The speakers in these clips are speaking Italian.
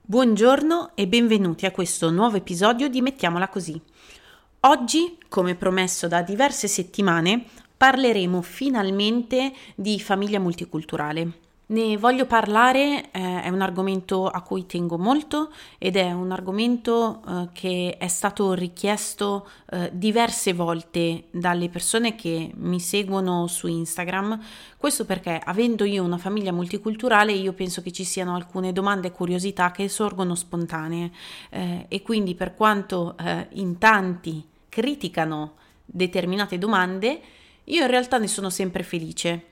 Buongiorno e benvenuti a questo nuovo episodio di Mettiamola così. Oggi, come promesso da diverse settimane, parleremo finalmente di famiglia multiculturale. Ne voglio parlare, è un argomento a cui tengo molto ed è un argomento che è stato richiesto diverse volte dalle persone che mi seguono su Instagram. Questo perché, avendo io una famiglia multiculturale, io penso che ci siano alcune domande e curiosità che sorgono spontanee e quindi per quanto in tanti criticano determinate domande, io in realtà ne sono sempre felice.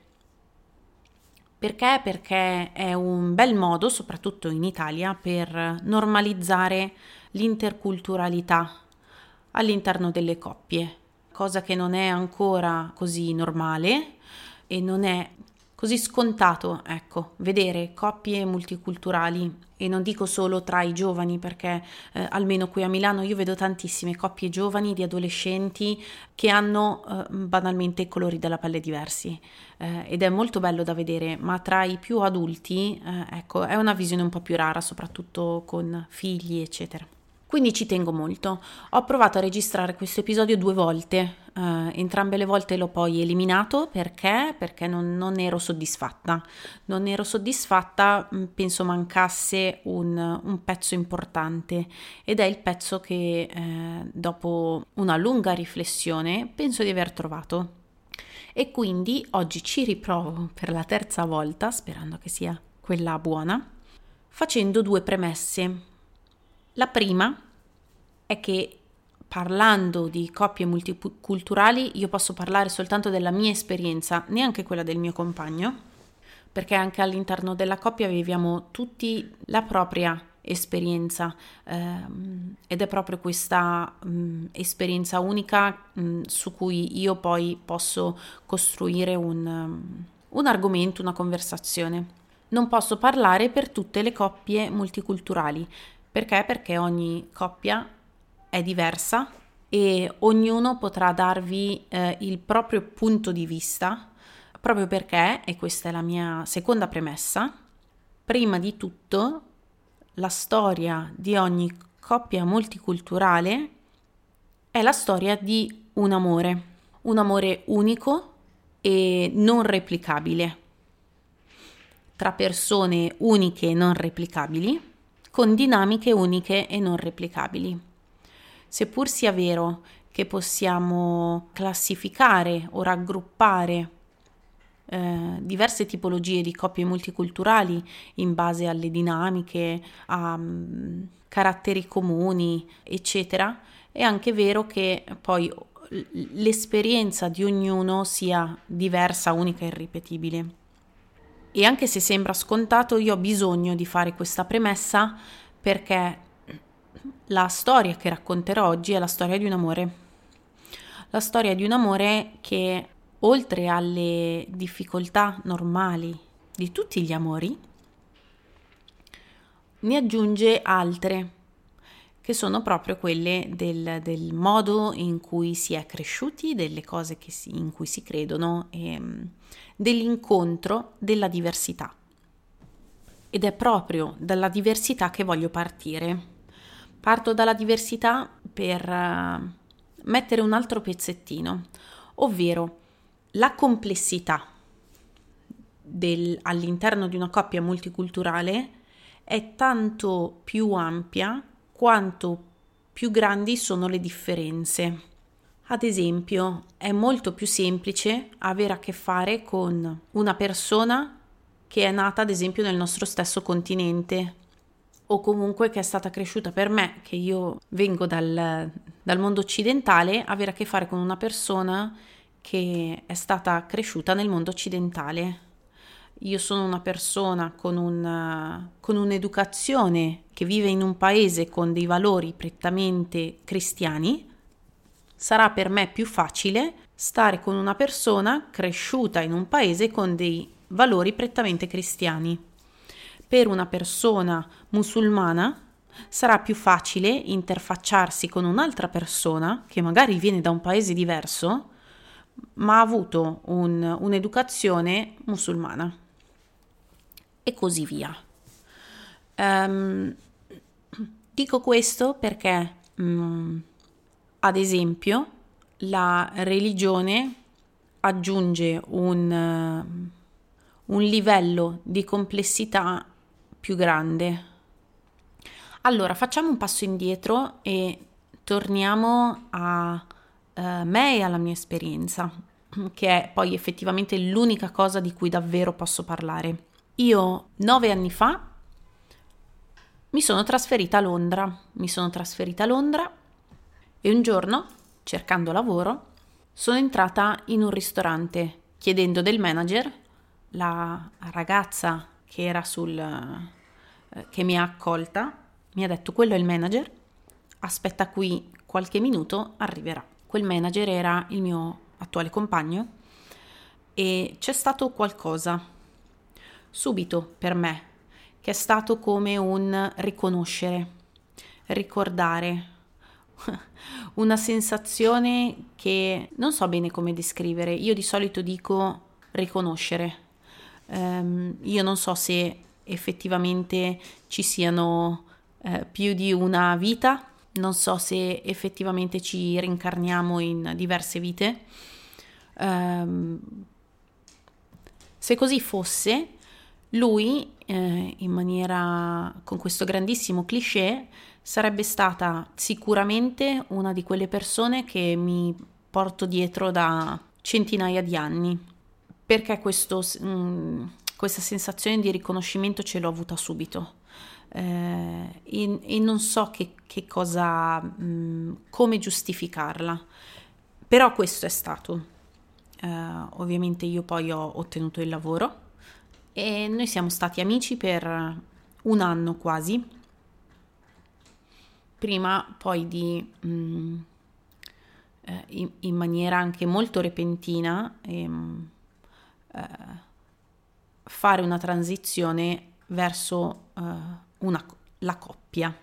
Perché? Perché è un bel modo, soprattutto in Italia, per normalizzare l'interculturalità all'interno delle coppie, cosa che non è ancora così normale e non è così scontato, ecco, vedere coppie multiculturali e non dico solo tra i giovani perché almeno qui a Milano io vedo tantissime coppie giovani di adolescenti che hanno banalmente i colori della pelle diversi ed è molto bello da vedere, ma tra i più adulti ecco, è una visione un po' più rara, soprattutto con figli, eccetera. Quindi ci tengo molto. Ho provato a registrare questo episodio 2 volte, entrambe le volte l'ho poi eliminato perché non ero soddisfatta. Non ero soddisfatta, penso mancasse un pezzo importante ed è il pezzo che dopo una lunga riflessione penso di aver trovato. E quindi oggi ci riprovo per la terza volta, sperando che sia quella buona, facendo 2 premesse. La prima è che parlando di coppie multiculturali io posso parlare soltanto della mia esperienza, neanche quella del mio compagno, perché anche all'interno della coppia viviamo tutti la propria esperienza ed è proprio questa esperienza unica su cui io poi posso costruire un argomento, una conversazione. Non posso parlare per tutte le coppie multiculturali. Perché? Perché ogni coppia è diversa e ognuno potrà darvi il proprio punto di vista, proprio perché, e questa è la mia seconda premessa, prima di tutto la storia di ogni coppia multiculturale è la storia di un amore unico e non replicabile, tra persone uniche e non replicabili, con dinamiche uniche e non replicabili. Seppur sia vero che possiamo classificare o raggruppare diverse tipologie di coppie multiculturali in base alle dinamiche, a caratteri comuni, eccetera, è anche vero che poi l'esperienza di ognuno sia diversa, unica e irripetibile. E anche se sembra scontato, io ho bisogno di fare questa premessa perché la storia che racconterò oggi è la storia di un amore. La storia di un amore che, oltre alle difficoltà normali di tutti gli amori, ne aggiunge altre, che sono proprio quelle del modo in cui si è cresciuti, delle cose in cui si credono e dell'incontro della diversità. Ed è proprio dalla diversità che voglio partire. Parto dalla diversità per mettere un altro pezzettino, ovvero la complessità all'interno di una coppia multiculturale è tanto più ampia quanto più grandi sono le differenze. Ad esempio, è molto più semplice avere a che fare con una persona che è nata, ad esempio, nel nostro stesso continente o comunque che è stata cresciuta per me, che io vengo dal mondo occidentale, avere a che fare con una persona che è stata cresciuta nel mondo occidentale. Io sono una persona con un'educazione che vive in un paese con dei valori prettamente cristiani. Sarà per me più facile stare con una persona cresciuta in un paese con dei valori prettamente cristiani. Per una persona musulmana sarà più facile interfacciarsi con un'altra persona che magari viene da un paese diverso, ma ha avuto un'educazione musulmana. E così via. Dico questo perché, ad esempio, la religione aggiunge un livello di complessità più grande. Allora, facciamo un passo indietro e torniamo a me e alla mia esperienza, che è poi effettivamente l'unica cosa di cui davvero posso parlare. Io 9 anni fa mi sono trasferita a Londra. E un giorno, cercando lavoro, sono entrata in un ristorante chiedendo del manager. La ragazza che era che mi ha accolta mi ha detto: quello è il manager, aspetta qui qualche minuto, arriverà. Quel manager era il mio attuale compagno e c'è stato qualcosa subito per me che è stato come un riconoscere, ricordare, una sensazione che non so bene come descrivere. Io di solito dico riconoscere. Io non so se effettivamente ci siano più di una vita, non so se effettivamente ci reincarniamo in diverse vite. Se così fosse, lui, in maniera con questo grandissimo cliché, sarebbe stata sicuramente una di quelle persone che mi porto dietro da centinaia di anni, perché questa sensazione di riconoscimento ce l'ho avuta subito. E non so che cosa, come giustificarla, però questo è stato. Ovviamente io poi ho ottenuto il lavoro e noi siamo stati amici per un anno quasi, prima poi di in maniera anche molto repentina fare una transizione verso la coppia.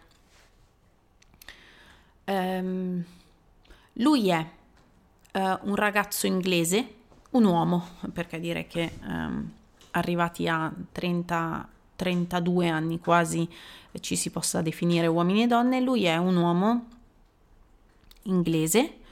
Lui è un ragazzo inglese, un uomo, perché direi che arrivati a 32 anni quasi ci si possa definire uomini e donne. Lui è un uomo inglese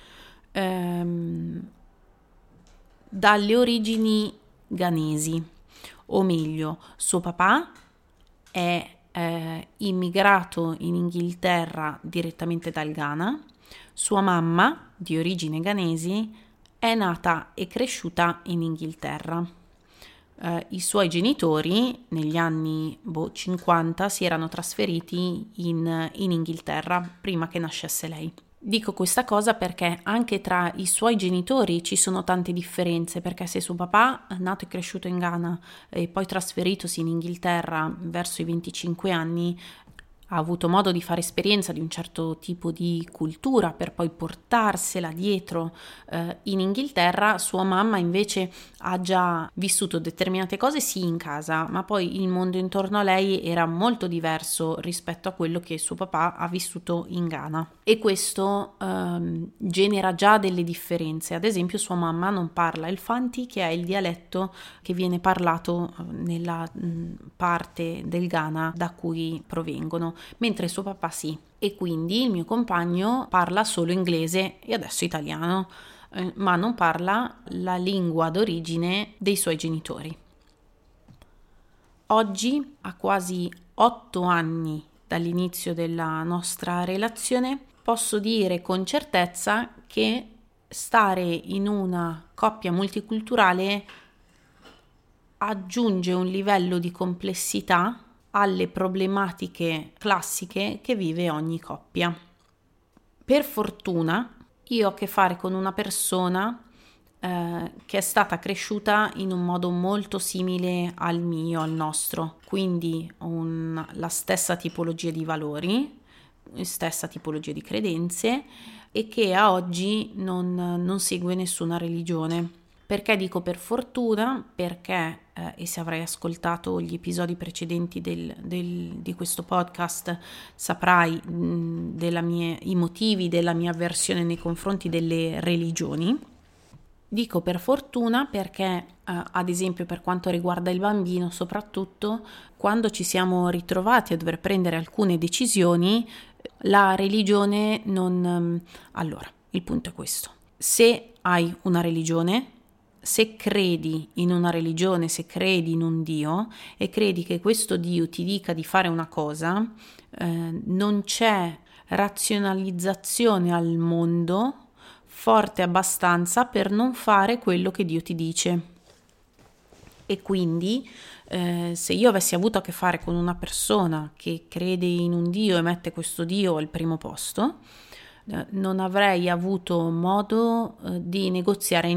dalle origini ghanesi, o meglio, suo papà è immigrato in Inghilterra direttamente dal Ghana. Sua mamma, di origine ghanesi, è nata e cresciuta in Inghilterra. I suoi genitori negli anni 50 si erano trasferiti in Inghilterra prima che nascesse lei. Dico questa cosa perché anche tra i suoi genitori ci sono tante differenze, perché se suo papà è nato e cresciuto in Ghana e poi trasferitosi in Inghilterra verso i 25 anni, ha avuto modo di fare esperienza di un certo tipo di cultura per poi portarsela dietro in Inghilterra, sua mamma invece ha già vissuto determinate cose sì in casa, ma poi il mondo intorno a lei era molto diverso rispetto a quello che suo papà ha vissuto in Ghana, e questo genera già delle differenze. Ad esempio sua mamma non parla il Fanti, che è il dialetto che viene parlato nella parte del Ghana da cui provengono, mentre suo papà sì, e quindi il mio compagno parla solo inglese e adesso italiano, ma non parla la lingua d'origine dei suoi genitori. Oggi, a quasi 8 anni dall'inizio della nostra relazione, posso dire con certezza che stare in una coppia multiculturale aggiunge un livello di complessità alle problematiche classiche che vive ogni coppia. Per fortuna io ho a che fare con una persona che è stata cresciuta in un modo molto simile al mio, al nostro, quindi la stessa tipologia di valori, stessa tipologia di credenze, e che a oggi non segue nessuna religione. Perché dico per fortuna? Perché, e se avrai ascoltato gli episodi precedenti di questo podcast, saprai i motivi della mia avversione nei confronti delle religioni. Dico per fortuna perché, ad esempio, per quanto riguarda il bambino, soprattutto quando ci siamo ritrovati a dover prendere alcune decisioni, La religione non... Allora, il punto è questo. Se hai una religione, se credi in una religione, se credi in un Dio e credi che questo Dio ti dica di fare una cosa, non c'è razionalizzazione al mondo forte abbastanza per non fare quello che Dio ti dice. E quindi se io avessi avuto a che fare con una persona che crede in un Dio e mette questo Dio al primo posto, non avrei avuto modo di negoziare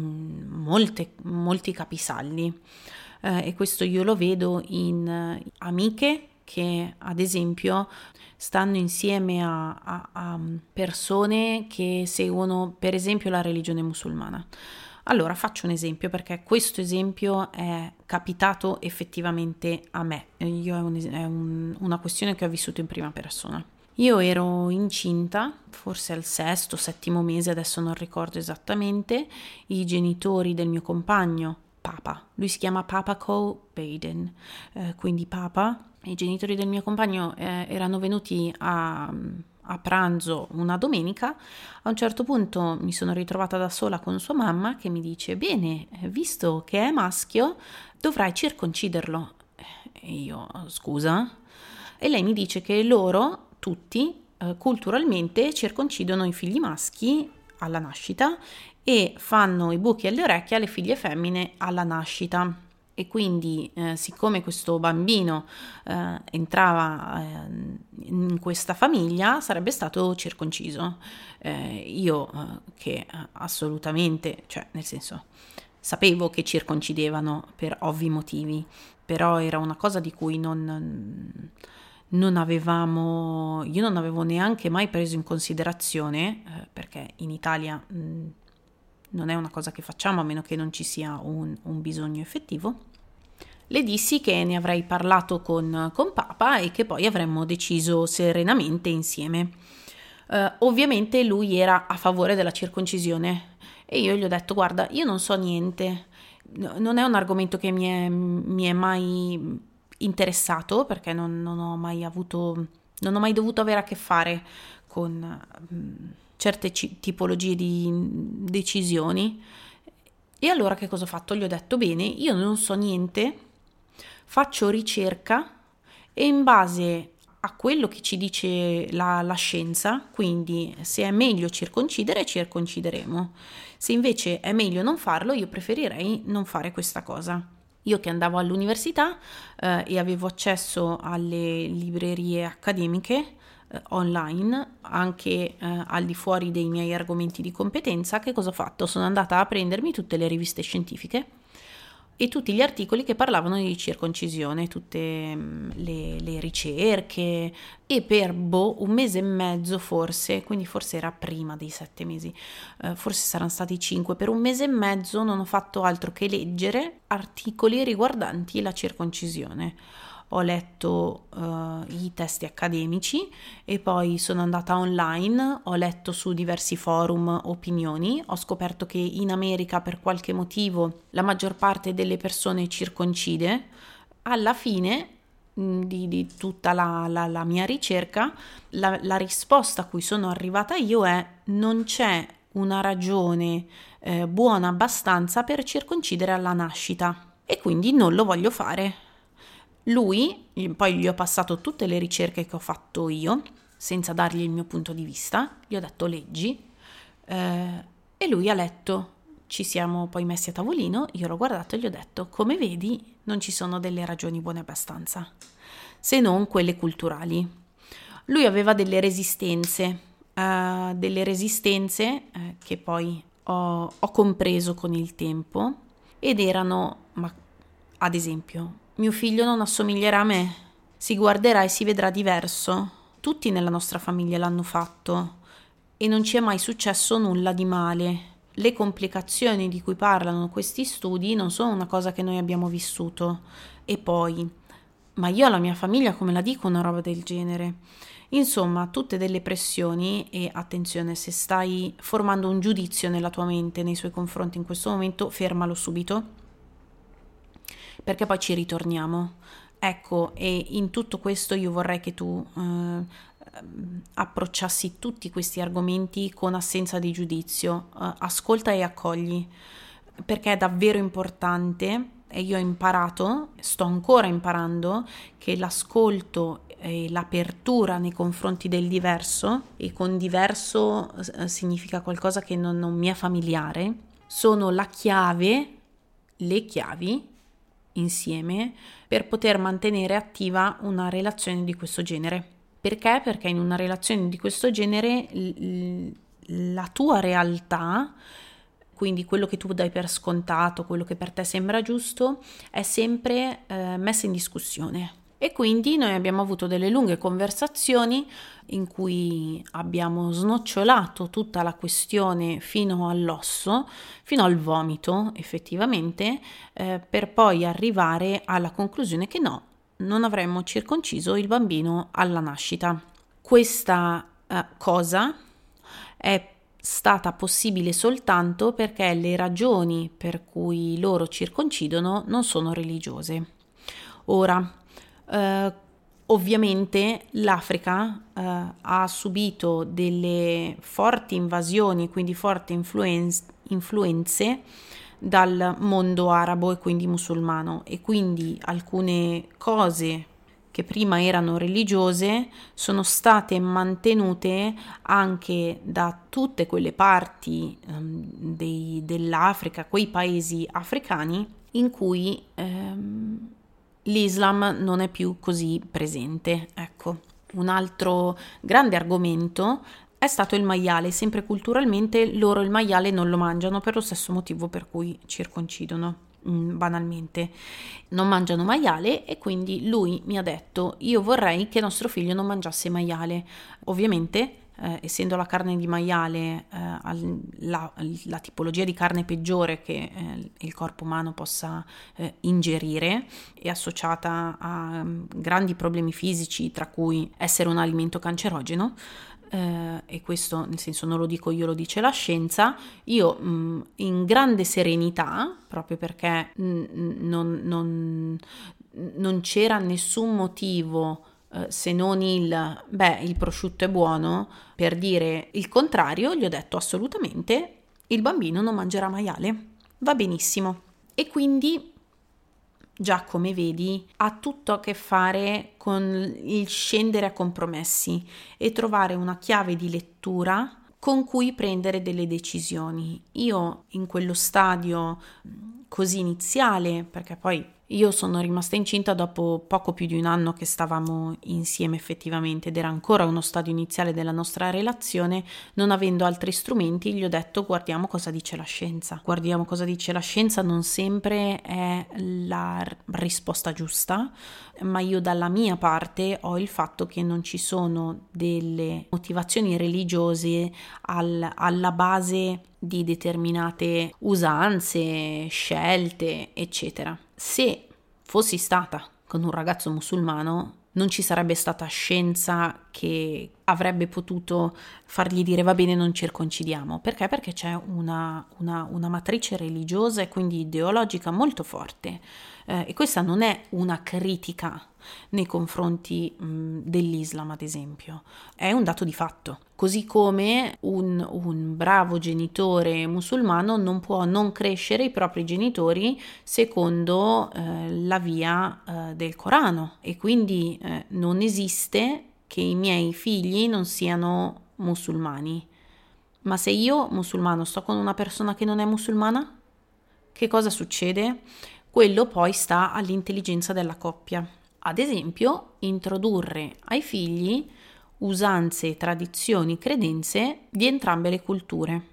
molti capisaldi. E questo io lo vedo in amiche che ad esempio stanno insieme a persone che seguono per esempio la religione musulmana. Allora faccio un esempio perché questo esempio è capitato effettivamente a me. Una questione che ho vissuto in prima persona. Io ero incinta, forse al sesto, settimo mese, adesso non ricordo esattamente. I genitori del mio compagno, Papa, lui si chiama Papa Cole Baden, quindi Papa. I genitori del mio compagno erano venuti a pranzo una domenica. A un certo punto mi sono ritrovata da sola con sua mamma che mi dice: bene, visto che è maschio, dovrai circonciderlo. E io, scusa? E lei mi dice che loro, tutti, culturalmente circoncidono i figli maschi alla nascita e fanno i buchi alle orecchie alle figlie femmine alla nascita. E quindi siccome questo bambino entrava in questa famiglia sarebbe stato circonciso. Io che assolutamente, cioè nel senso, sapevo che circoncidevano per ovvi motivi, però era una cosa di cui non avevamo, io non avevo neanche mai preso in considerazione, perché in Italia non è una cosa che facciamo a meno che non ci sia un bisogno effettivo. Le dissi che ne avrei parlato con Papa e che poi avremmo deciso serenamente insieme. Ovviamente lui era a favore della circoncisione e io gli ho detto: guarda, io non so niente, non è un argomento che mi è mai interessato perché non ho mai avuto, non ho mai dovuto avere a che fare con certe tipologie di decisioni. E allora che cosa ho fatto? Gli ho detto: bene, io non so niente, faccio ricerca e in base a quello che ci dice la scienza, quindi se è meglio circoncidere, circoncideremo. Se invece è meglio non farlo, io preferirei non fare questa cosa. Io che andavo all'università e avevo accesso alle librerie accademiche online, anche al di fuori dei miei argomenti di competenza, che cosa ho fatto? Sono andata a prendermi tutte le riviste scientifiche e tutti gli articoli che parlavano di circoncisione, tutte le ricerche, e per un mese e mezzo forse, quindi forse era prima dei 7 mesi, forse saranno stati 5, per un mese e mezzo non ho fatto altro che leggere articoli riguardanti la circoncisione. Ho letto i testi accademici e poi sono andata online, ho letto su diversi forum opinioni, ho scoperto che in America per qualche motivo la maggior parte delle persone circoncide. Alla fine di tutta la mia ricerca, la risposta a cui sono arrivata io è: non c'è una ragione buona abbastanza per circoncidere alla nascita e quindi non lo voglio fare. Lui, poi gli ho passato tutte le ricerche che ho fatto io, senza dargli il mio punto di vista, gli ho detto leggi, e lui ha letto. Ci siamo poi messi a tavolino, io l'ho guardato e gli ho detto: come vedi, non ci sono delle ragioni buone abbastanza, se non quelle culturali. Lui aveva delle resistenze che poi ho compreso con il tempo, ed erano, ma ad esempio, mio figlio non assomiglierà a me, si guarderà e si vedrà diverso. Tutti nella nostra famiglia l'hanno fatto e non ci è mai successo nulla di male. Le complicazioni di cui parlano questi studi non sono una cosa che noi abbiamo vissuto. E poi, ma io alla mia famiglia come la dico una roba del genere? Insomma, tutte delle pressioni. E attenzione, se stai formando un giudizio nella tua mente nei suoi confronti in questo momento, fermalo subito, perché poi ci ritorniamo. Ecco, e in tutto questo io vorrei che tu approcciassi tutti questi argomenti con assenza di giudizio. Ascolta e accogli, perché è davvero importante. E io ho imparato, sto ancora imparando, che l'ascolto e l'apertura nei confronti del diverso, e con diverso significa qualcosa che non mi è familiare, sono la chiave, le chiavi insieme per poter mantenere attiva una relazione di questo genere. Perché? Perché in una relazione di questo genere la tua realtà, quindi quello che tu dai per scontato, quello che per te sembra giusto, è sempre messa in discussione. E quindi noi abbiamo avuto delle lunghe conversazioni in cui abbiamo snocciolato tutta la questione fino all'osso, fino al vomito effettivamente, per poi arrivare alla conclusione che no, non avremmo circonciso il bambino alla nascita. Questa cosa è stata possibile soltanto perché le ragioni per cui loro circoncidono non sono religiose. Ora, ovviamente l'Africa ha subito delle forti invasioni, quindi forti influenze dal mondo arabo e quindi musulmano, e quindi alcune cose che prima erano religiose sono state mantenute anche da tutte quelle parti dell'Africa, quei paesi africani in cui l'Islam non è più così presente. Ecco, un altro grande argomento è stato il maiale. Sempre culturalmente loro il maiale non lo mangiano per lo stesso motivo per cui circoncidono, banalmente. Non mangiano maiale e quindi lui mi ha detto: io vorrei che nostro figlio non mangiasse maiale. Ovviamente essendo la carne di maiale la tipologia di carne peggiore che il corpo umano possa ingerire, è associata a grandi problemi fisici, tra cui essere un alimento cancerogeno, e questo nel senso non lo dico io, lo dice la scienza. Io in grande serenità, proprio perché non c'era nessun motivo se non il prosciutto è buono, per dire il contrario, gli ho detto assolutamente il bambino non mangerà maiale, va benissimo. E quindi già, come vedi, ha tutto a che fare con il scendere a compromessi e trovare una chiave di lettura con cui prendere delle decisioni. Io in quello stadio così iniziale, perché poi io sono rimasta incinta dopo poco più di un anno che stavamo insieme effettivamente, ed era ancora uno stadio iniziale della nostra relazione. Non avendo altri strumenti, gli ho detto: guardiamo cosa dice la scienza. Guardiamo cosa dice la scienza non sempre è la risposta giusta, ma io dalla mia parte ho il fatto che non ci sono delle motivazioni religiose alla base di determinate usanze, scelte, eccetera. Se fossi stata con un ragazzo musulmano, non ci sarebbe stata scienza che avrebbe potuto fargli dire va bene, non circoncidiamo. Perché? Perché c'è una matrice religiosa e quindi ideologica molto forte. E questa non è una critica nei confronti dell'Islam, ad esempio, è un dato di fatto. Così come un bravo genitore musulmano non può non crescere i propri genitori secondo la via del Corano, e quindi non esiste che i miei figli non siano musulmani. Ma se io, musulmano, sto con una persona che non è musulmana, che cosa succede? Quello poi sta all'intelligenza della coppia. Ad esempio, introdurre ai figli usanze, tradizioni, credenze di entrambe le culture.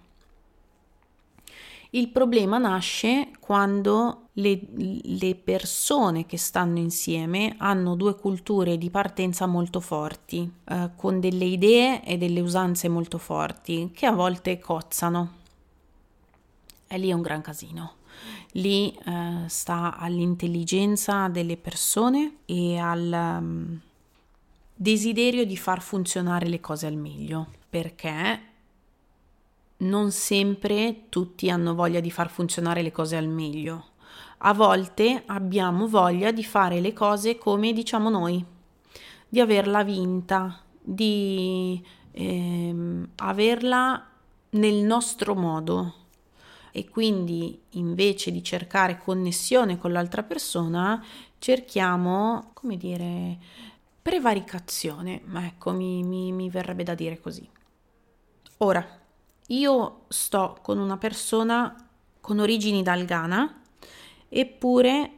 Il problema nasce quando le persone che stanno insieme hanno due culture di partenza molto forti, con delle idee e delle usanze molto forti, che a volte cozzano. E lì è un gran casino. Lì sta all'intelligenza delle persone e al desiderio di far funzionare le cose al meglio, perché non sempre tutti hanno voglia di far funzionare le cose al meglio. A volte abbiamo voglia di fare le cose come diciamo noi, di averla vinta, di averla nel nostro modo, e quindi invece di cercare connessione con l'altra persona cerchiamo, come dire, prevaricazione, ma ecco, mi verrebbe da dire così. Ora, io sto con una persona con origini dal Ghana, eppure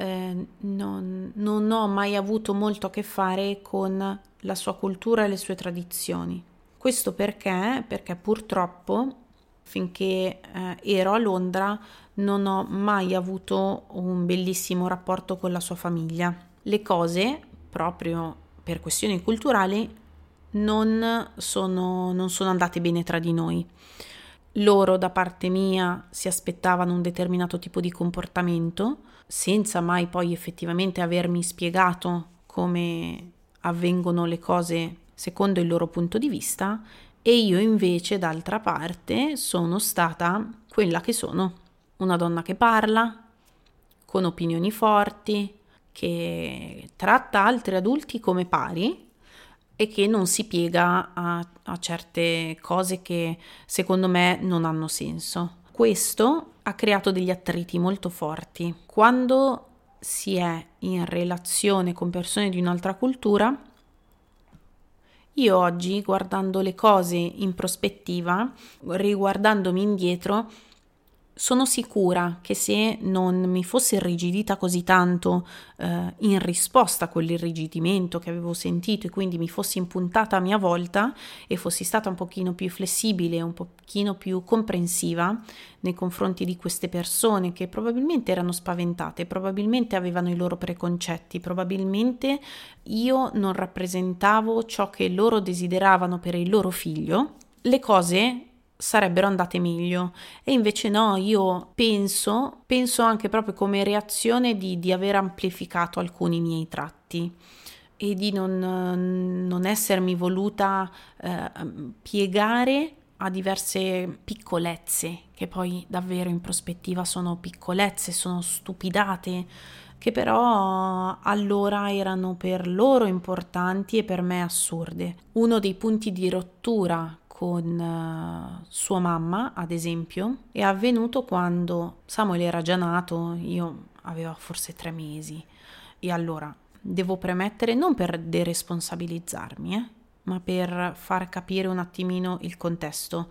non ho mai avuto molto a che fare con la sua cultura e le sue tradizioni. Questo perché? Perché purtroppo finché ero a Londra non ho mai avuto un bellissimo rapporto con la sua famiglia. Le cose, proprio per questioni culturali, non sono andate bene tra di noi. Loro da parte mia si aspettavano un determinato tipo di comportamento, senza mai poi effettivamente avermi spiegato come avvengono le cose secondo il loro punto di vista, e io invece d'altra parte sono stata quella che sono, una donna che parla, con opinioni forti, che tratta altri adulti come pari e che non si piega a certe cose che secondo me non hanno senso. Questo ha creato degli attriti molto forti. Quando si è in relazione con persone di un'altra cultura, io oggi, guardando le cose in prospettiva, riguardandomi indietro, sono sicura che se non mi fossi irrigidita così tanto in risposta a quell'irrigidimento che avevo sentito, e quindi mi fossi impuntata a mia volta e fossi stata un pochino più flessibile, un pochino più comprensiva nei confronti di queste persone che probabilmente erano spaventate, probabilmente avevano i loro preconcetti, probabilmente io non rappresentavo ciò che loro desideravano per il loro figlio, le cose sarebbero andate meglio. E invece no, io penso anche proprio come reazione di aver amplificato alcuni miei tratti e di non essermi voluta piegare a diverse piccolezze, che poi davvero in prospettiva sono piccolezze, sono stupidate, che però allora erano per loro importanti e per me assurde. Uno dei punti di rottura con sua mamma, ad esempio, è avvenuto quando Samuel era già nato, io avevo forse 3 mesi, e allora devo premettere, non per deresponsabilizzarmi, ma per far capire un attimino il contesto.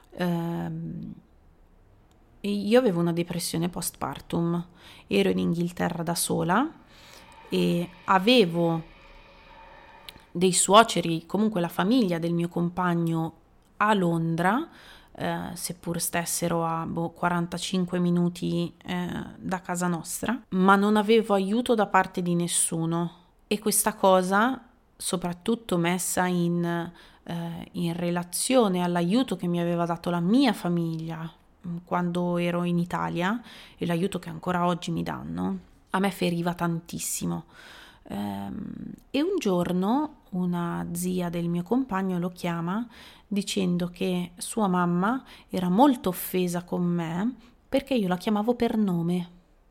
Io avevo una depressione postpartum, ero in Inghilterra da sola e avevo dei suoceri, comunque la famiglia del mio compagno a Londra, seppur stessero a 45 minuti da casa nostra, ma non avevo aiuto da parte di nessuno, e questa cosa, soprattutto messa in relazione all'aiuto che mi aveva dato la mia famiglia quando ero in Italia e l'aiuto che ancora oggi mi danno, a me feriva tantissimo. E un giorno una zia del mio compagno lo chiama dicendo che sua mamma era molto offesa con me perché io la chiamavo per nome.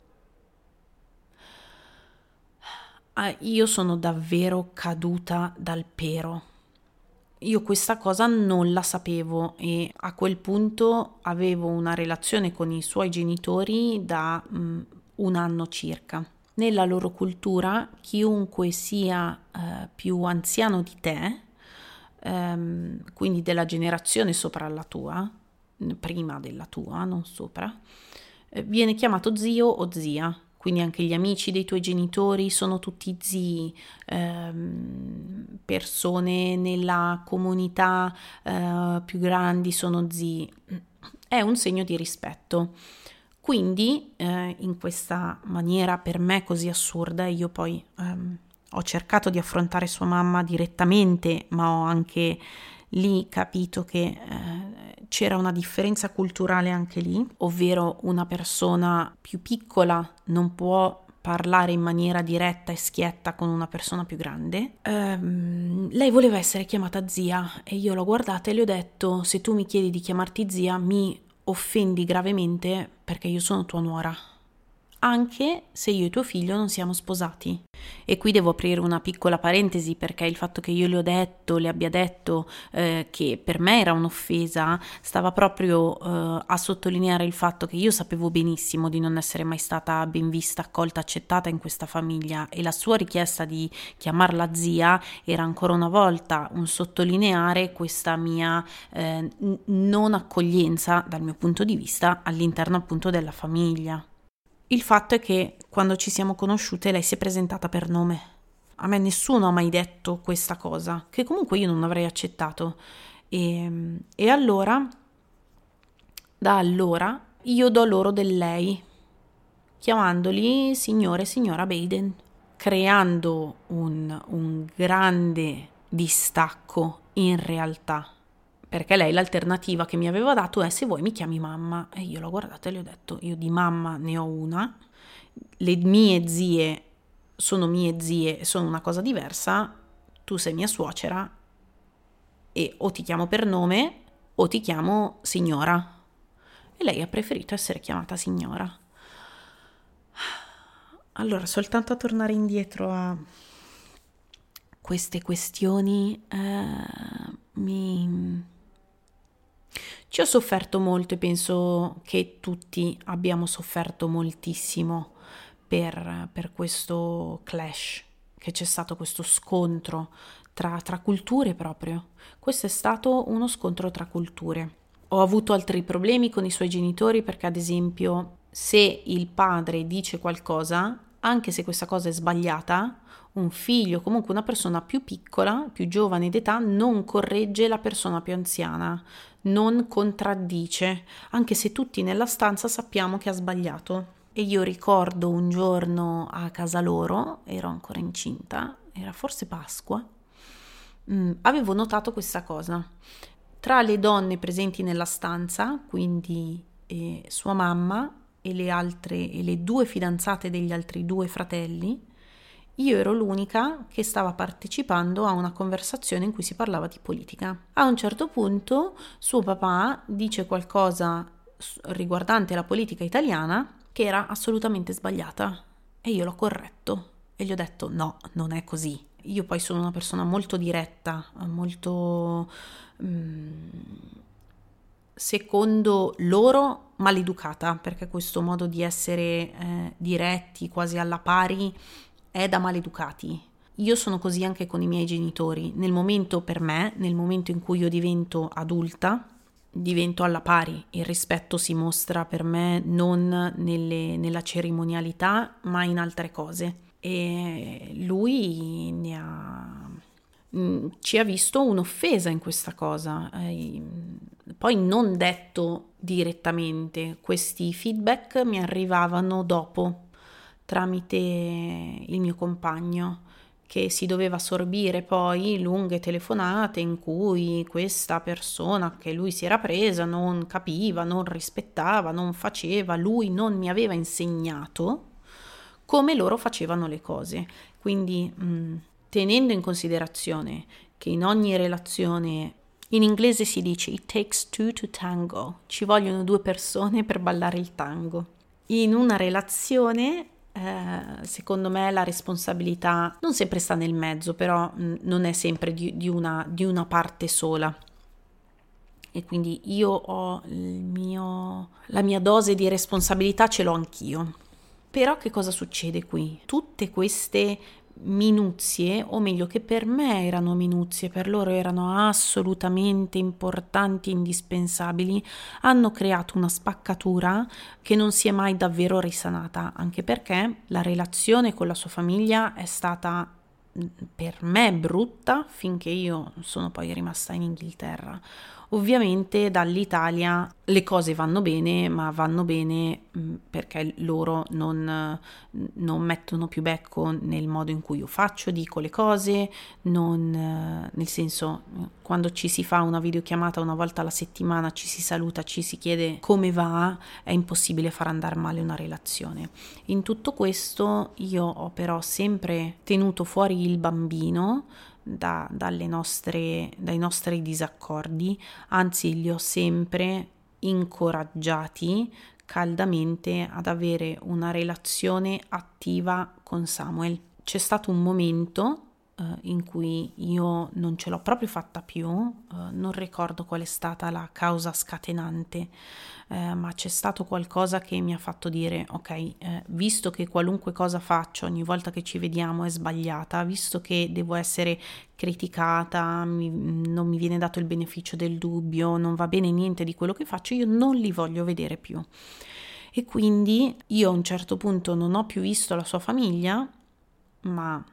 Io sono davvero caduta dal pero. Io questa cosa non la sapevo e a quel punto avevo una relazione con i suoi genitori da 1 anno circa. Nella loro cultura, chiunque sia più anziano di te, quindi della generazione sopra la tua, prima della tua, non sopra, viene chiamato zio o zia. Quindi anche gli amici dei tuoi genitori sono tutti zii, persone nella comunità più grandi sono zii. È un segno di rispetto. Quindi in questa maniera per me così assurda, io poi ho cercato di affrontare sua mamma direttamente, ma ho anche lì capito che c'era una differenza culturale anche lì, ovvero una persona più piccola non può parlare in maniera diretta e schietta con una persona più grande. Lei voleva essere chiamata zia e io l'ho guardata e le ho detto: se tu mi chiedi di chiamarti zia mi offendi gravemente perché io sono tua nuora. anche se io e tuo figlio non siamo sposati. E qui devo aprire una piccola parentesi, perché il fatto che io le abbia detto che per me era un'offesa, stava proprio a sottolineare il fatto che io sapevo benissimo di non essere mai stata ben vista, accolta, accettata in questa famiglia, e la sua richiesta di chiamarla zia era ancora una volta un sottolineare questa mia non accoglienza dal mio punto di vista all'interno appunto della famiglia. Il fatto è che quando ci siamo conosciute lei si è presentata per nome. A me nessuno ha mai detto questa cosa, che comunque io non avrei accettato. E allora, da allora, io do loro del lei, chiamandoli signore e signora Baden, creando un grande distacco in realtà. Perché lei l'alternativa che mi aveva dato è: se vuoi mi chiami mamma. E io l'ho guardata e le ho detto: io di mamma ne ho una, le mie zie sono una cosa diversa, tu sei mia suocera e o ti chiamo per nome o ti chiamo signora. E lei ha preferito essere chiamata signora. Allora, soltanto a tornare indietro a queste questioni, ci ho sofferto molto, e penso che tutti abbiamo sofferto moltissimo per questo clash, che c'è stato questo scontro tra culture proprio. Questo è stato uno scontro tra culture. Ho avuto altri problemi con i suoi genitori perché, ad esempio, se il padre dice qualcosa, anche se questa cosa è sbagliata, un figlio, comunque una persona più piccola, più giovane d'età, non corregge la persona più anziana, non contraddice, anche se tutti nella stanza sappiamo che ha sbagliato. E io ricordo un giorno a casa loro, ero ancora incinta, era forse Pasqua, avevo notato questa cosa. Tra le donne presenti nella stanza, quindi sua mamma e le due fidanzate degli altri due fratelli, io ero l'unica che stava partecipando a una conversazione in cui si parlava di politica. A un certo punto suo papà dice qualcosa riguardante la politica italiana che era assolutamente sbagliata, e io l'ho corretto e gli ho detto: no, non è così. Io poi sono una persona molto diretta, molto secondo loro maleducata, perché questo modo di essere diretti, quasi alla pari, è da maleducati. Io sono così anche con i miei genitori. Nel momento, per me, nel momento in cui io divento adulta, divento alla pari. Il rispetto si mostra per me non nella cerimonialità, ma in altre cose. E lui ci ha visto un'offesa in questa cosa. Poi non detto direttamente, questi feedback mi arrivavano dopo, tramite il mio compagno, che si doveva sorbire poi lunghe telefonate in cui questa persona che lui si era presa non capiva, non rispettava, non faceva, lui non mi aveva insegnato come loro facevano le cose. Quindi, tenendo in considerazione che in ogni relazione, in inglese si dice it takes two to tango, ci vogliono due persone per ballare il tango. In una relazione, secondo me, la responsabilità non sempre sta nel mezzo, però non è sempre di una parte sola. E quindi io ho la mia dose di responsabilità, ce l'ho anch'io. Però che cosa succede qui? Tutte queste minuzie, o meglio, che per me erano minuzie, per loro erano assolutamente importanti, indispensabili, hanno creato una spaccatura che non si è mai davvero risanata, anche perché la relazione con la sua famiglia è stata per me brutta finché io sono poi rimasta in Inghilterra. Ovviamente dall'Italia le cose vanno bene, ma vanno bene perché loro non mettono più becco nel modo in cui io faccio, dico le cose, nel senso, quando ci si fa una videochiamata una volta alla settimana, ci si saluta, ci si chiede come va, è impossibile far andare male una relazione. In tutto questo io ho però sempre tenuto fuori il bambino dai nostri disaccordi, anzi li ho sempre incoraggiati, caldamente ad avere una relazione attiva con Samuel. C'è stato un momento in cui io non ce l'ho proprio fatta più, non ricordo qual è stata la causa scatenante, ma c'è stato qualcosa che mi ha fatto dire ok, visto che qualunque cosa faccio ogni volta che ci vediamo è sbagliata, visto che devo essere criticata, non mi viene dato il beneficio del dubbio, non va bene niente di quello che faccio, io non li voglio vedere più. E quindi io a un certo punto non ho più visto la sua famiglia, ma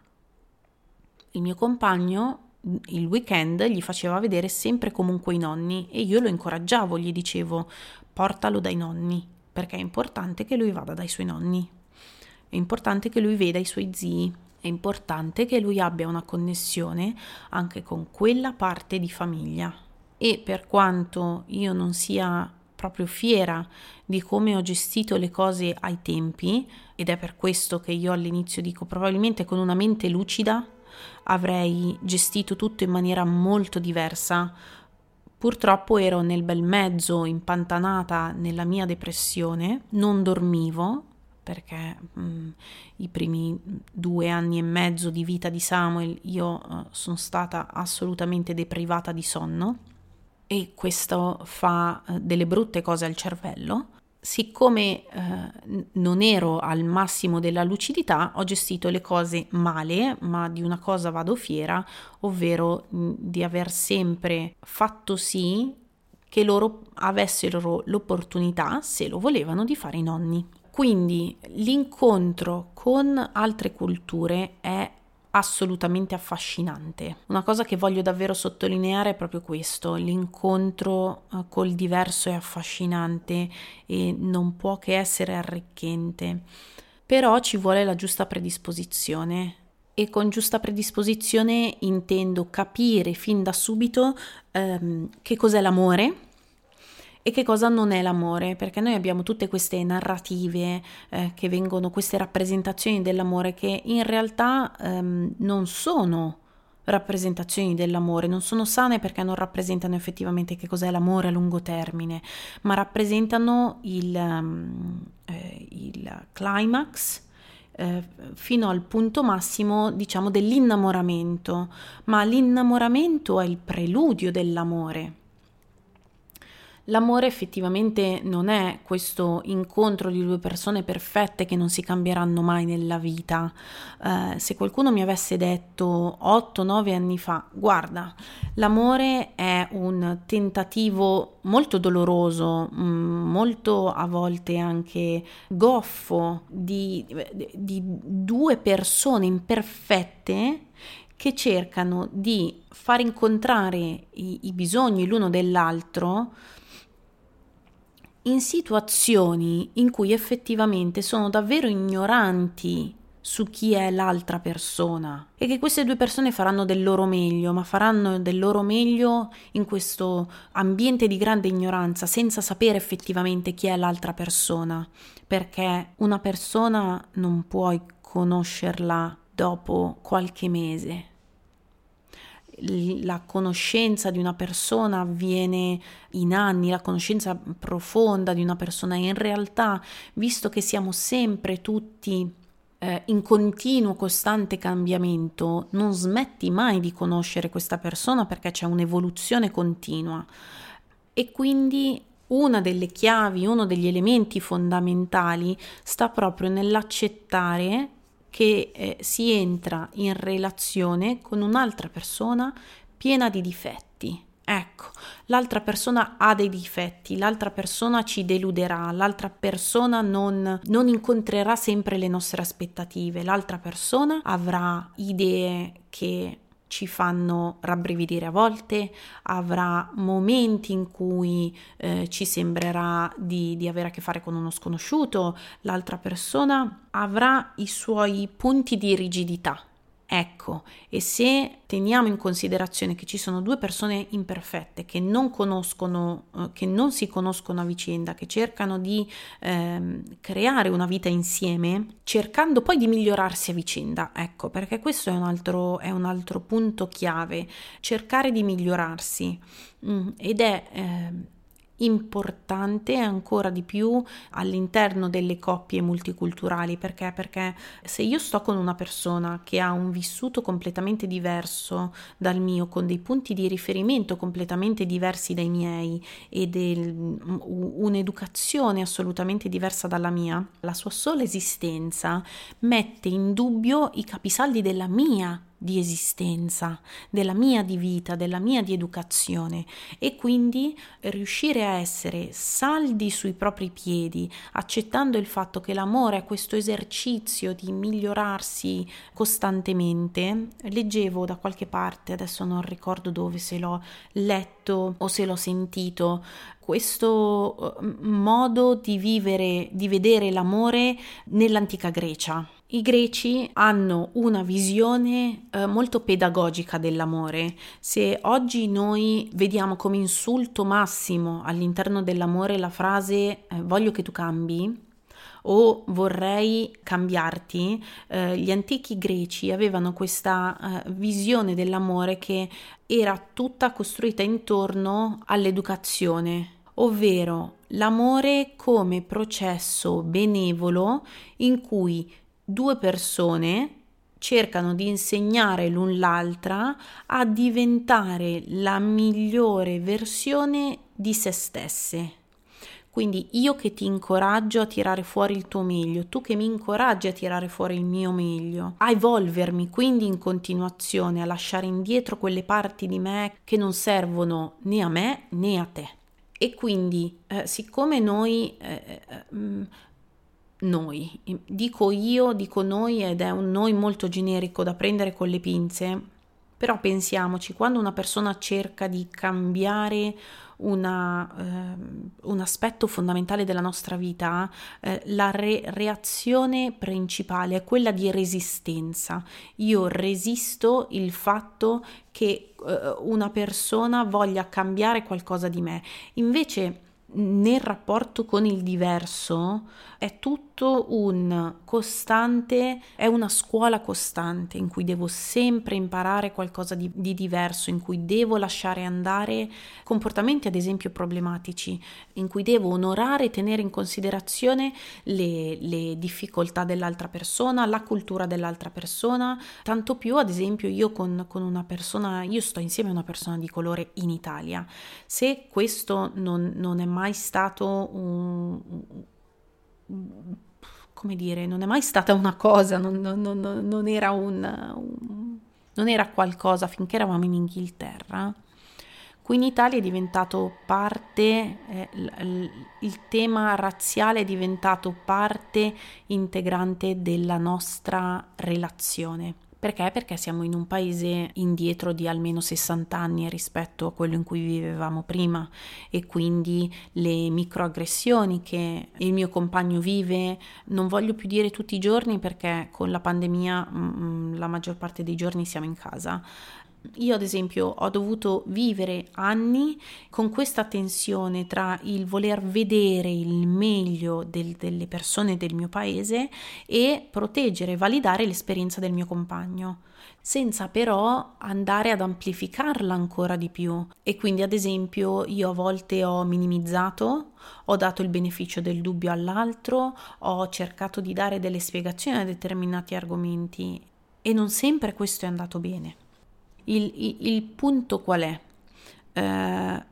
il mio compagno il weekend gli faceva vedere sempre comunque i nonni e io lo incoraggiavo, gli dicevo portalo dai nonni, perché è importante che lui vada dai suoi nonni, è importante che lui veda i suoi zii, è importante che lui abbia una connessione anche con quella parte di famiglia. E per quanto io non sia proprio fiera di come ho gestito le cose ai tempi, ed è per questo che io all'inizio dico probabilmente con una mente lucida avrei gestito tutto in maniera molto diversa. Purtroppo ero nel bel mezzo, impantanata nella mia depressione, non dormivo perché i primi 2 anni e mezzo di vita di Samuel io sono stata assolutamente deprivata di sonno e questo fa delle brutte cose al cervello. Siccome non ero al massimo della lucidità, ho gestito le cose male, ma di una cosa vado fiera, ovvero di aver sempre fatto sì che loro avessero l'opportunità, se lo volevano, di fare i nonni. Quindi l'incontro con altre culture è assolutamente affascinante. Una cosa che voglio davvero sottolineare è proprio questo: l'incontro col diverso è affascinante e non può che essere arricchente, però ci vuole la giusta predisposizione. E con giusta predisposizione intendo capire fin da subito che cos'è l'amore e che cosa non è l'amore, perché noi abbiamo tutte queste narrative che vengono, queste rappresentazioni dell'amore che in realtà non sono rappresentazioni dell'amore, non sono sane perché non rappresentano effettivamente che cos'è l'amore a lungo termine, ma rappresentano il climax fino al punto massimo, diciamo, dell'innamoramento, ma l'innamoramento è il preludio dell'amore. L'amore effettivamente non è questo incontro di 2 persone perfette che non si cambieranno mai nella vita. Se qualcuno mi avesse detto 8-9 anni fa, guarda, l'amore è un tentativo molto doloroso, molto a volte anche goffo di 2 persone imperfette che cercano di far incontrare i bisogni l'uno dell'altro in situazioni in cui effettivamente sono davvero ignoranti su chi è l'altra persona e che queste 2 persone faranno del loro meglio, ma faranno del loro meglio in questo ambiente di grande ignoranza, senza sapere effettivamente chi è l'altra persona, perché una persona non puoi conoscerla dopo qualche mese. La conoscenza di una persona avviene in anni, la conoscenza profonda di una persona, e in realtà, visto che siamo sempre tutti in continuo costante cambiamento, non smetti mai di conoscere questa persona perché c'è un'evoluzione continua. E quindi una delle chiavi, uno degli elementi fondamentali sta proprio nell'accettare che si entra in relazione con un'altra persona piena di difetti. Ecco, l'altra persona ha dei difetti, l'altra persona ci deluderà, l'altra persona non incontrerà sempre le nostre aspettative, l'altra persona avrà idee che ci fanno rabbrividire a volte, avrà momenti in cui ci sembrerà di avere a che fare con uno sconosciuto, l'altra persona avrà i suoi punti di rigidità. Ecco, e se teniamo in considerazione che ci sono 2 persone imperfette che non conoscono, che non si conoscono a vicenda, che cercano di creare una vita insieme, cercando poi di migliorarsi a vicenda, ecco, perché questo è un altro punto chiave, cercare di migliorarsi ed è importante ancora di più all'interno delle coppie multiculturali. Perché se io sto con una persona che ha un vissuto completamente diverso dal mio, con dei punti di riferimento completamente diversi dai miei un'educazione assolutamente diversa dalla mia, la sua sola esistenza mette in dubbio i capisaldi della mia di esistenza, della mia di vita, della mia di educazione, e quindi riuscire a essere saldi sui propri piedi, accettando il fatto che l'amore è questo esercizio di migliorarsi costantemente. Leggevo da qualche parte, adesso non ricordo dove, se l'ho letto o se l'ho sentito, questo modo di vivere, di vedere l'amore nell'antica Grecia. I greci hanno una visione molto pedagogica dell'amore. Se oggi noi vediamo come insulto massimo all'interno dell'amore la frase voglio che tu cambi o vorrei cambiarti, gli antichi greci avevano questa visione dell'amore che era tutta costruita intorno all'educazione, ovvero l'amore come processo benevolo in cui due persone cercano di insegnare l'un l'altra a diventare la migliore versione di se stesse. Quindi io che ti incoraggio a tirare fuori il tuo meglio, tu che mi incoraggi a tirare fuori il mio meglio, a evolvermi quindi in continuazione, a lasciare indietro quelle parti di me che non servono né a me né a te. E quindi siccome noi, dico io, dico noi, ed è un noi molto generico da prendere con le pinze, però pensiamoci, quando una persona cerca di cambiare un aspetto fondamentale della nostra vita, la reazione principale è quella di resistenza. Io resisto il fatto che una persona voglia cambiare qualcosa di me. Invece nel rapporto con il diverso è tutto un costante, è una scuola costante in cui devo sempre imparare qualcosa di diverso, in cui devo lasciare andare comportamenti ad esempio problematici, in cui devo onorare e tenere in considerazione le difficoltà dell'altra persona, la cultura dell'altra persona, tanto più ad esempio io con una persona, io sto insieme a una persona di colore in Italia. Se questo non è mai stato come dire, non è mai stata una cosa, non era non era qualcosa finché eravamo in Inghilterra. Qui in Italia è diventato parte, il tema razziale è diventato parte integrante della nostra relazione. Perché? Perché siamo in un paese indietro di almeno 60 anni rispetto a quello in cui vivevamo prima, e quindi le microaggressioni che il mio compagno vive, non voglio più dire tutti i giorni perché con la pandemia la maggior parte dei giorni siamo in casa. Io ad esempio ho dovuto vivere anni con questa tensione tra il voler vedere il meglio delle persone del mio paese e proteggere e validare l'esperienza del mio compagno, senza però andare ad amplificarla ancora di più. E quindi ad esempio io a volte ho minimizzato, ho dato il beneficio del dubbio all'altro, ho cercato di dare delle spiegazioni a determinati argomenti e non sempre questo è andato bene. Il punto qual è?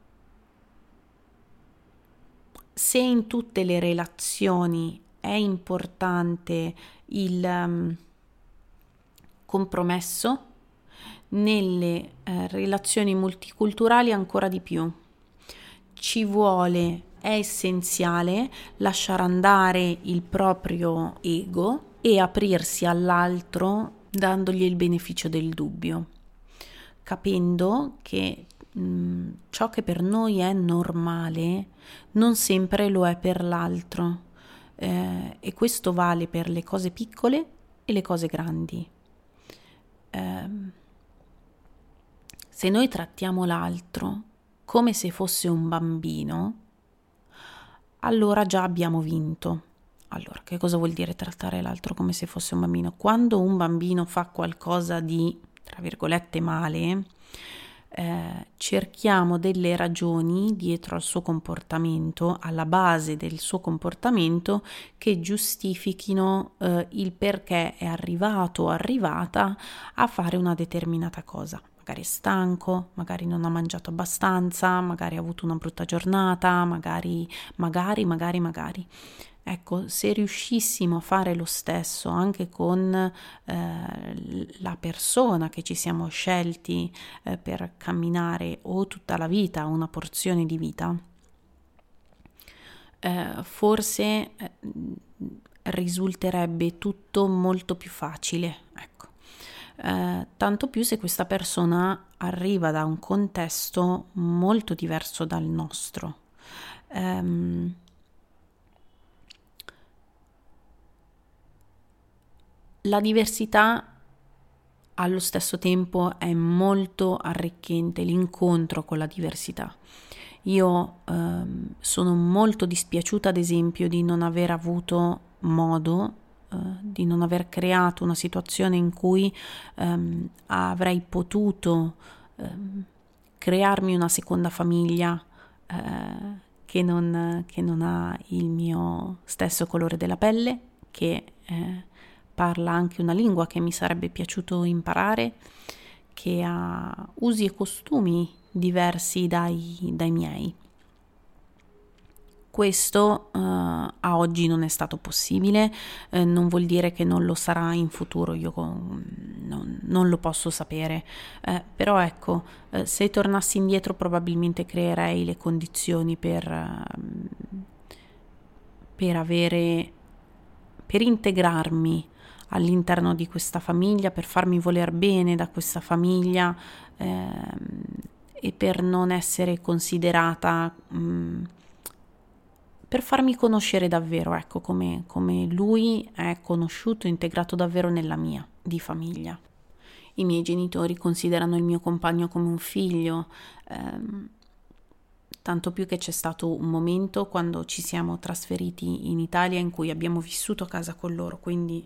Se in tutte le relazioni è importante il compromesso, nelle relazioni multiculturali ancora di più. Ci vuole, è essenziale lasciare andare il proprio ego e aprirsi all'altro dandogli il beneficio del dubbio, capendo che ciò che per noi è normale non sempre lo è per l'altro, e questo vale per le cose piccole e le cose grandi. Se noi trattiamo l'altro come se fosse un bambino, allora già abbiamo vinto. Allora, che cosa vuol dire trattare l'altro come se fosse un bambino? Quando un bambino fa qualcosa di, tra virgolette, male, cerchiamo delle ragioni dietro al suo comportamento, alla base del suo comportamento, che giustifichino il perché è arrivato o arrivata a fare una determinata cosa. Magari è stanco, magari non ha mangiato abbastanza, magari ha avuto una brutta giornata, magari. Ecco, se riuscissimo a fare lo stesso anche con la persona che ci siamo scelti per camminare o tutta la vita, una porzione di vita, forse risulterebbe tutto molto più facile, ecco. Tanto più se questa persona arriva da un contesto molto diverso dal nostro. La diversità allo stesso tempo è molto arricchente, l'incontro con la diversità. Io sono molto dispiaciuta, ad esempio, di non aver avuto modo, di non aver creato una situazione in cui avrei potuto crearmi una seconda famiglia che non ha il mio stesso colore della pelle, che parla anche una lingua che mi sarebbe piaciuto imparare, che ha usi e costumi diversi dai miei. Questo a oggi non è stato possibile, non vuol dire che non lo sarà in futuro, io non lo posso sapere, però ecco, se tornassi indietro probabilmente creerei le condizioni per integrarmi all'interno di questa famiglia, per farmi voler bene da questa famiglia e per non essere considerata, per farmi conoscere davvero, ecco, come lui è conosciuto, integrato davvero nella mia di famiglia. I miei genitori considerano il mio compagno come un figlio, tanto più che c'è stato un momento quando ci siamo trasferiti in Italia in cui abbiamo vissuto a casa con loro, quindi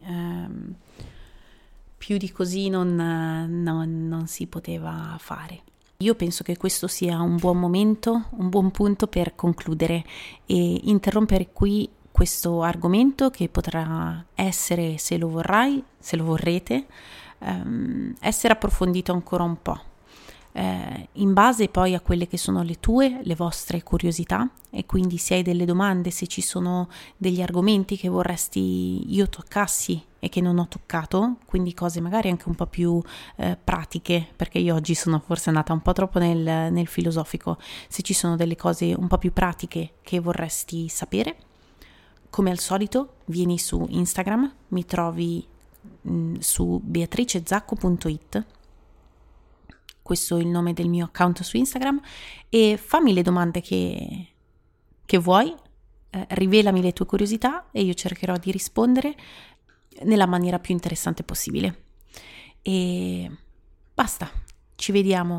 più di così non si poteva fare. Io penso che questo sia un buon momento, un buon punto per concludere e interrompere qui questo argomento che potrà essere, se lo vorrete, essere approfondito ancora un po'. In base poi a quelle che sono le vostre curiosità, e quindi se hai delle domande, se ci sono degli argomenti che vorresti io toccassi e che non ho toccato, quindi cose magari anche un po' più pratiche, perché io oggi sono forse andata un po' troppo nel filosofico. Se ci sono delle cose un po' più pratiche che vorresti sapere, come al solito vieni su Instagram, mi trovi su beatricezacco.it, questo è il nome del mio account su Instagram, e fammi le domande che vuoi, rivelami le tue curiosità e io cercherò di rispondere nella maniera più interessante possibile. E basta, ci vediamo